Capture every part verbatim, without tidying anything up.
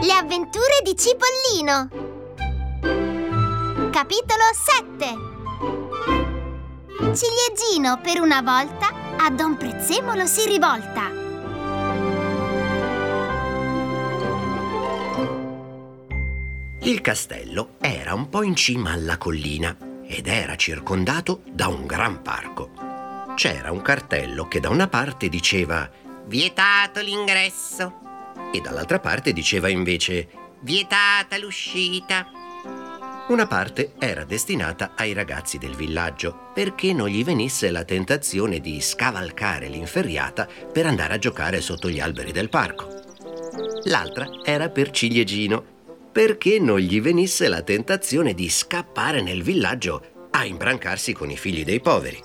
Le avventure di Cipollino. Capitolo sette. Ciliegino per una volta a Don Prezzemolo si rivolta. Il castello era un po' in cima alla collina ed era circondato da un gran parco. C'era un cartello che da una parte diceva «Vietato l'ingresso» e dall'altra parte diceva invece «Vietata l'uscita». Una parte era destinata ai ragazzi del villaggio perché non gli venisse la tentazione di scavalcare l'inferriata per andare a giocare sotto gli alberi del parco. L'altra era per Ciliegino perché non gli venisse la tentazione di scappare nel villaggio a imbrancarsi con i figli dei poveri.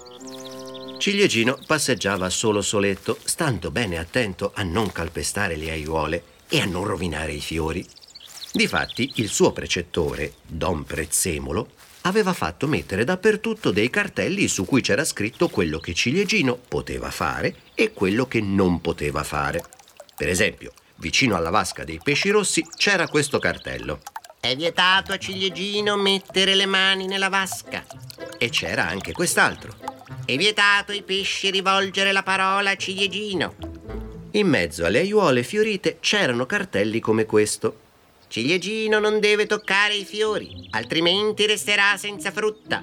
Ciliegino passeggiava solo soletto, stando bene attento a non calpestare le aiuole e a non rovinare i fiori. Difatti, il suo precettore, Don Prezzemolo, aveva fatto mettere dappertutto dei cartelli su cui c'era scritto quello che Ciliegino poteva fare e quello che non poteva fare. Per esempio, vicino alla vasca dei pesci rossi c'era questo cartello: «È vietato a Ciliegino mettere le mani nella vasca». E c'era anche quest'altro: «È vietato ai pesci rivolgere la parola a Ciliegino». In mezzo alle aiuole fiorite c'erano cartelli come questo: «Ciliegino non deve toccare i fiori, altrimenti resterà senza frutta».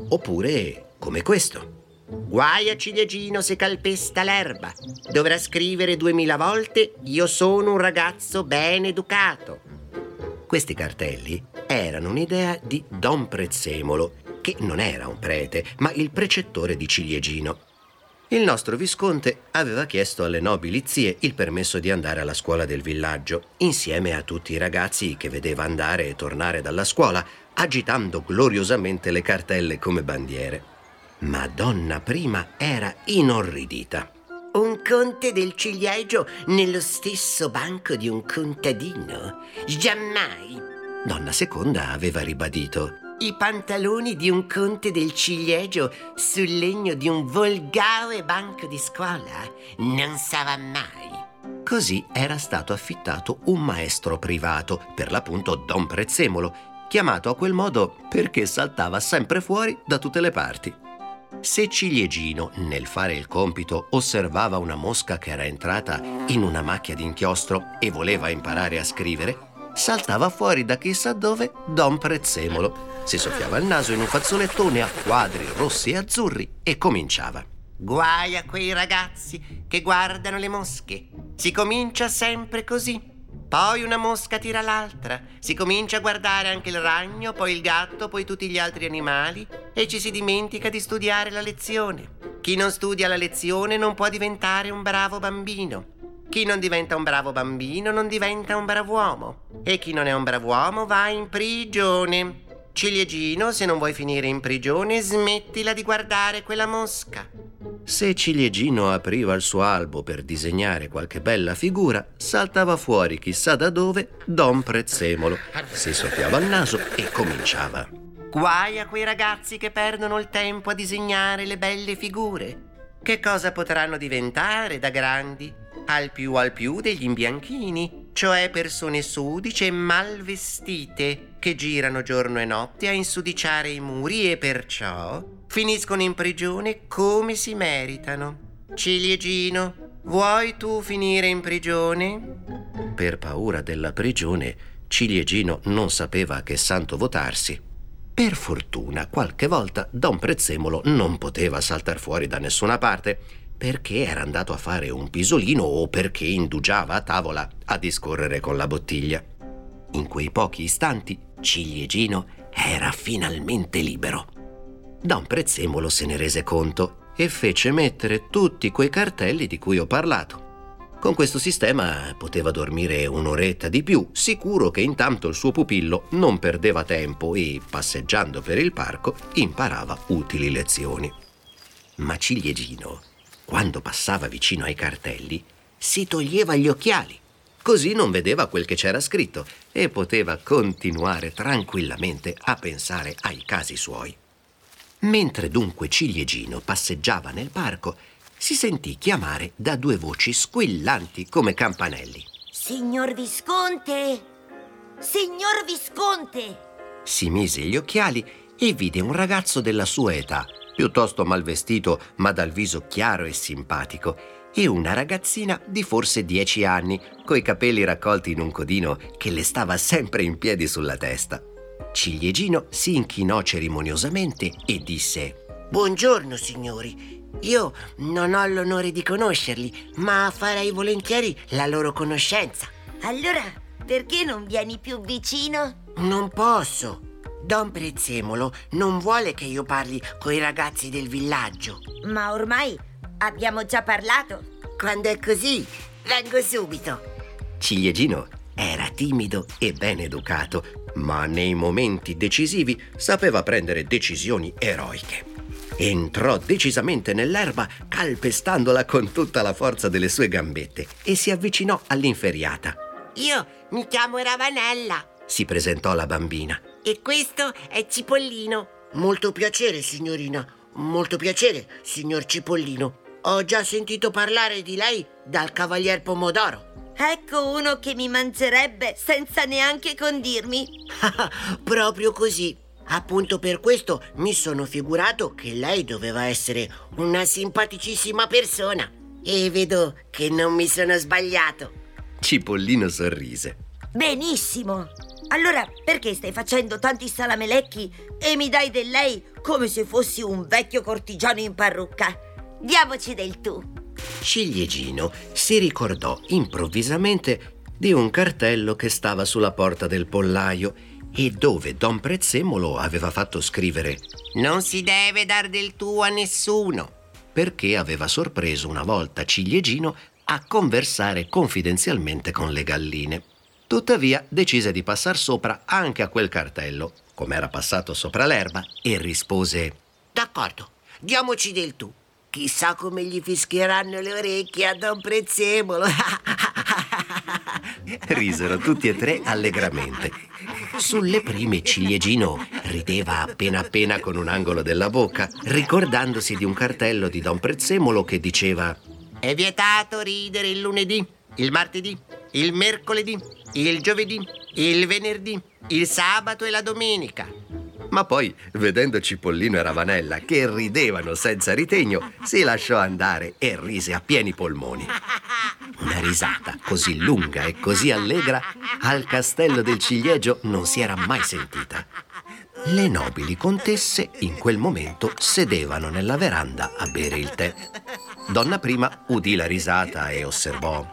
Oppure come questo: «Guai a Ciliegino se calpesta l'erba, dovrà scrivere duemila volte io sono un ragazzo ben educato». Questi cartelli erano un'idea di Don Prezzemolo, che non era un prete, ma il precettore di Ciliegino. Il nostro visconte aveva chiesto alle nobili zie il permesso di andare alla scuola del villaggio, insieme a tutti i ragazzi che vedeva andare e tornare dalla scuola, agitando gloriosamente le cartelle come bandiere. Ma donna Prima era inorridita. «Un conte del ciliegio nello stesso banco di un contadino? Giammai!» Donna Seconda aveva ribadito: «I pantaloni di un conte del ciliegio sul legno di un volgare banco di scuola? Non sarà mai!» Così era stato affittato un maestro privato, per l'appunto Don Prezzemolo, chiamato a quel modo perché saltava sempre fuori da tutte le parti. Se Ciliegino, nel fare il compito, osservava una mosca che era entrata in una macchia d'inchiostro e voleva imparare a scrivere, saltava fuori da chissà dove Don Prezzemolo, si soffiava il naso in un fazzolettone a quadri rossi e azzurri e cominciava: «Guai a quei ragazzi che guardano le mosche. Si comincia sempre così. Poi una mosca tira l'altra, si comincia a guardare anche il ragno, poi il gatto, poi tutti gli altri animali e ci si dimentica di studiare la lezione. Chi non studia la lezione non può diventare un bravo bambino. Chi non diventa un bravo bambino non diventa un brav'uomo. E chi non è un brav'uomo va in prigione. Ciliegino, se non vuoi finire in prigione, smettila di guardare quella mosca». Se Ciliegino apriva il suo albo per disegnare qualche bella figura, saltava fuori chissà da dove Don Prezzemolo, si soffiava il naso e cominciava: «Guai a quei ragazzi che perdono il tempo a disegnare le belle figure. Che cosa potranno diventare da grandi? Al più al più degli imbianchini, cioè persone sudice e mal vestite, che girano giorno e notte a insudiciare i muri e perciò finiscono in prigione come si meritano. Ciliegino, vuoi tu finire in prigione?» Per paura della prigione, Ciliegino non sapeva a che santo votarsi. Per fortuna, qualche volta Don Prezzemolo non poteva saltar fuori da nessuna parte, perché era andato a fare un pisolino o perché indugiava a tavola a discorrere con la bottiglia. In quei pochi istanti, Ciliegino era finalmente libero. Don Prezzemolo se ne rese conto e fece mettere tutti quei cartelli di cui ho parlato. Con questo sistema poteva dormire un'oretta di più, sicuro che intanto il suo pupillo non perdeva tempo e, passeggiando per il parco, imparava utili lezioni. Ma Ciliegino, quando passava vicino ai cartelli, si toglieva gli occhiali, così non vedeva quel che c'era scritto e poteva continuare tranquillamente a pensare ai casi suoi. Mentre dunque Ciliegino passeggiava nel parco, si sentì chiamare da due voci squillanti come campanelli. Signor Visconte, Signor Visconte! Si mise gli occhiali e vide un ragazzo della sua età, piuttosto mal vestito ma dal viso chiaro e simpatico, e una ragazzina di forse dieci anni, coi capelli raccolti in un codino che le stava sempre in piedi sulla testa. Ciliegino si inchinò cerimoniosamente e disse: «Buongiorno, signori. Io non ho l'onore di conoscerli, ma farei volentieri la loro conoscenza». Allora, perché non vieni più vicino? «Non posso. Don Prezzemolo non vuole che io parli coi ragazzi del villaggio». Ma ormai abbiamo già parlato. «Quando è così, vengo subito». Ciliegino era timido e ben educato, ma nei momenti decisivi sapeva prendere decisioni eroiche. Entrò decisamente nell'erba, calpestandola con tutta la forza delle sue gambette, e si avvicinò all'inferiata. «Io mi chiamo Ravanella», si presentò la bambina. «e questo è Cipollino». «Molto piacere, signorina. Molto piacere, signor Cipollino. Ho già sentito parlare di lei dal cavalier Pomodoro». Ecco uno che mi mangerebbe senza neanche condirmi. Proprio così. Appunto per questo mi sono figurato che lei doveva essere una simpaticissima persona. E vedo che non mi sono sbagliato. Cipollino sorrise. Benissimo. Allora perché stai facendo tanti salamelecchi e mi dai del lei come se fossi un vecchio cortigiano in parrucca? Diamoci del tu. Ciliegino si ricordò improvvisamente di un cartello che stava sulla porta del pollaio e dove Don Prezzemolo aveva fatto scrivere: «Non si deve dar del tu a nessuno», perché aveva sorpreso una volta Ciliegino a conversare confidenzialmente con le galline. Tuttavia decise di passar sopra anche a quel cartello, come era passato sopra l'erba, e rispose: «D'accordo, diamoci del tu. Chissà come gli fischieranno le orecchie a Don Prezzemolo». Risero tutti e tre allegramente. Sulle prime Ciliegino rideva appena appena con un angolo della bocca, ricordandosi di un cartello di Don Prezzemolo che diceva: «È vietato ridere il lunedì, il martedì, il mercoledì, il giovedì, il venerdì, il sabato e la domenica». Ma poi, vedendo Cipollino e Ravanella che ridevano senza ritegno, si lasciò andare e rise a pieni polmoni. Una risata così lunga e così allegra al castello del ciliegio non si era mai sentita. Le nobili contesse in quel momento sedevano nella veranda a bere il tè. Donna Prima udì la risata e osservò: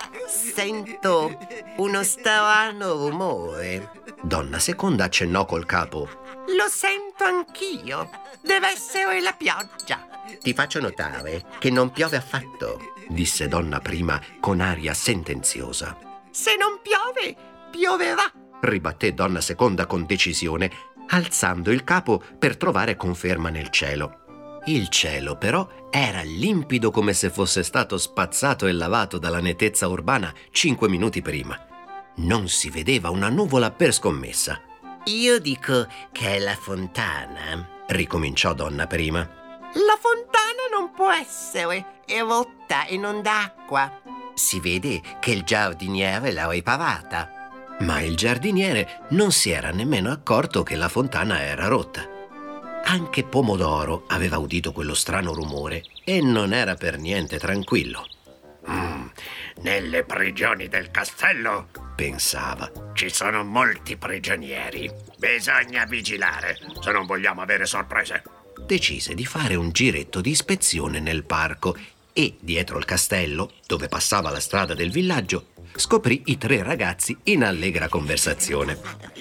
«Sento uno strano rumore». Donna Seconda accennò col capo: «Lo sento anch'io. Deve essere la pioggia». «Ti faccio notare che non piove affatto», disse Donna Prima con aria sentenziosa. «Se non piove, pioverà», ribatté Donna Seconda con decisione, alzando il capo per trovare conferma nel cielo. Il cielo, però, era limpido come se fosse stato spazzato e lavato dalla nettezza urbana cinque minuti prima. Non si vedeva una nuvola per scommessa. «Io dico che è la fontana», ricominciò Donna Prima. «La fontana non può essere, è rotta e non d'acqua». «Si vede che il giardiniere l'ha ripavata». Ma il giardiniere non si era nemmeno accorto che la fontana era rotta. Anche Pomodoro aveva udito quello strano rumore e non era per niente tranquillo. Mm, nelle prigioni del castello, pensava, ci sono molti prigionieri. Bisogna vigilare se non vogliamo avere sorprese. Decise di fare un giretto di ispezione nel parco e, dietro il castello, dove passava la strada del villaggio, scoprì i tre ragazzi in allegra conversazione.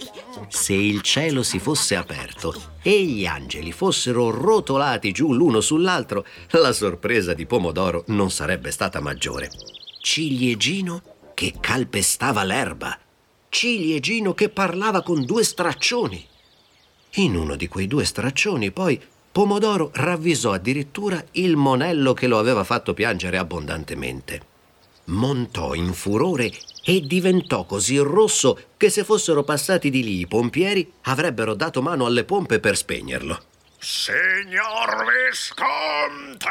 Se il cielo si fosse aperto e gli angeli fossero rotolati giù l'uno sull'altro, la sorpresa di Pomodoro non sarebbe stata maggiore. Ciliegino che calpestava l'erba, Ciliegino che parlava con due straccioni. In uno di quei due straccioni, poi, Pomodoro ravvisò addirittura il monello che lo aveva fatto piangere abbondantemente. Montò in furore e diventò così rosso che se fossero passati di lì i pompieri avrebbero dato mano alle pompe per spegnerlo. Signor Visconte!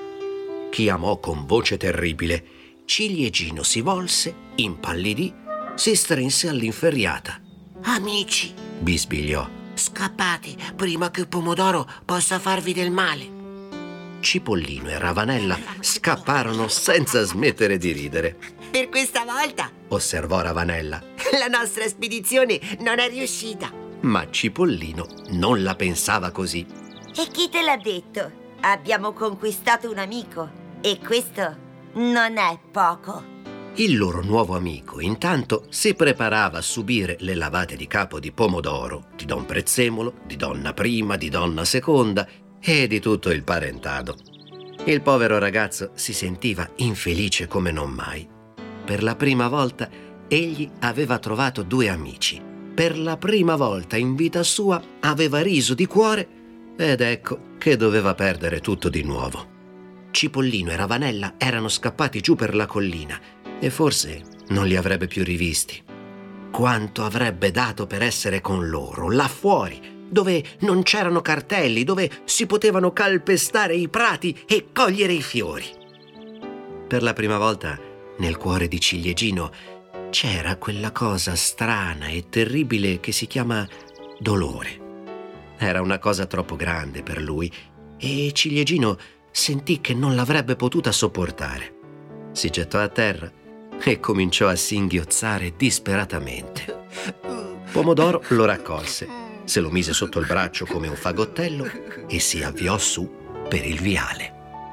Chiamò con voce terribile. Ciliegino si volse, impallidì si strinse all'inferriata. Amici, Bisbigliò. scappate prima che Pomodoro possa farvi del male. Cipollino e Ravanella scapparono senza smettere di ridere. Per questa volta Osservò Ravanella, la nostra spedizione non è riuscita. ma Cipollino non la pensava così. E chi te l'ha detto? Abbiamo conquistato un amico e questo non è poco. Il loro nuovo amico, intanto, si preparava a subire le lavate di capo di Pomodoro, di Don Prezzemolo, di Donna Prima, di Donna Seconda e di tutto il parentado. Il povero ragazzo si sentiva infelice come non mai. Per la prima volta egli aveva trovato due amici. Per la prima volta in vita sua aveva riso di cuore ed ecco che doveva perdere tutto di nuovo. Cipollino e Ravanella erano scappati giù per la collina e forse non li avrebbe più rivisti. Quanto avrebbe dato per essere con loro, là fuori, dove non c'erano cartelli, dove si potevano calpestare i prati e cogliere i fiori. Per la prima volta, nel cuore di Ciliegino, c'era quella cosa strana e terribile che si chiama dolore. Era una cosa troppo grande per lui e Ciliegino sentì che non l'avrebbe potuta sopportare. Si gettò a terra e cominciò a singhiozzare disperatamente. Pomodoro lo raccolse, se lo mise sotto il braccio come un fagottello e si avviò su per il viale.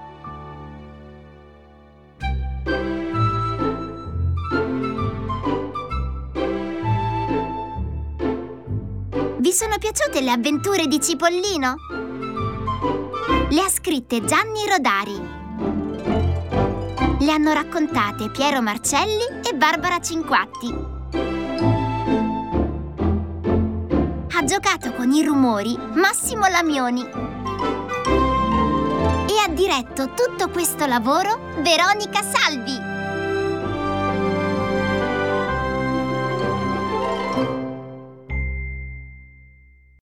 Vi sono piaciute le avventure di Cipollino? Le ha scritte Gianni Rodari. Le hanno raccontate Piero Marcelli e Barbara Cinquatti. Ha giocato con i rumori Massimo Lamioni. E ha diretto tutto questo lavoro Veronica Salvi.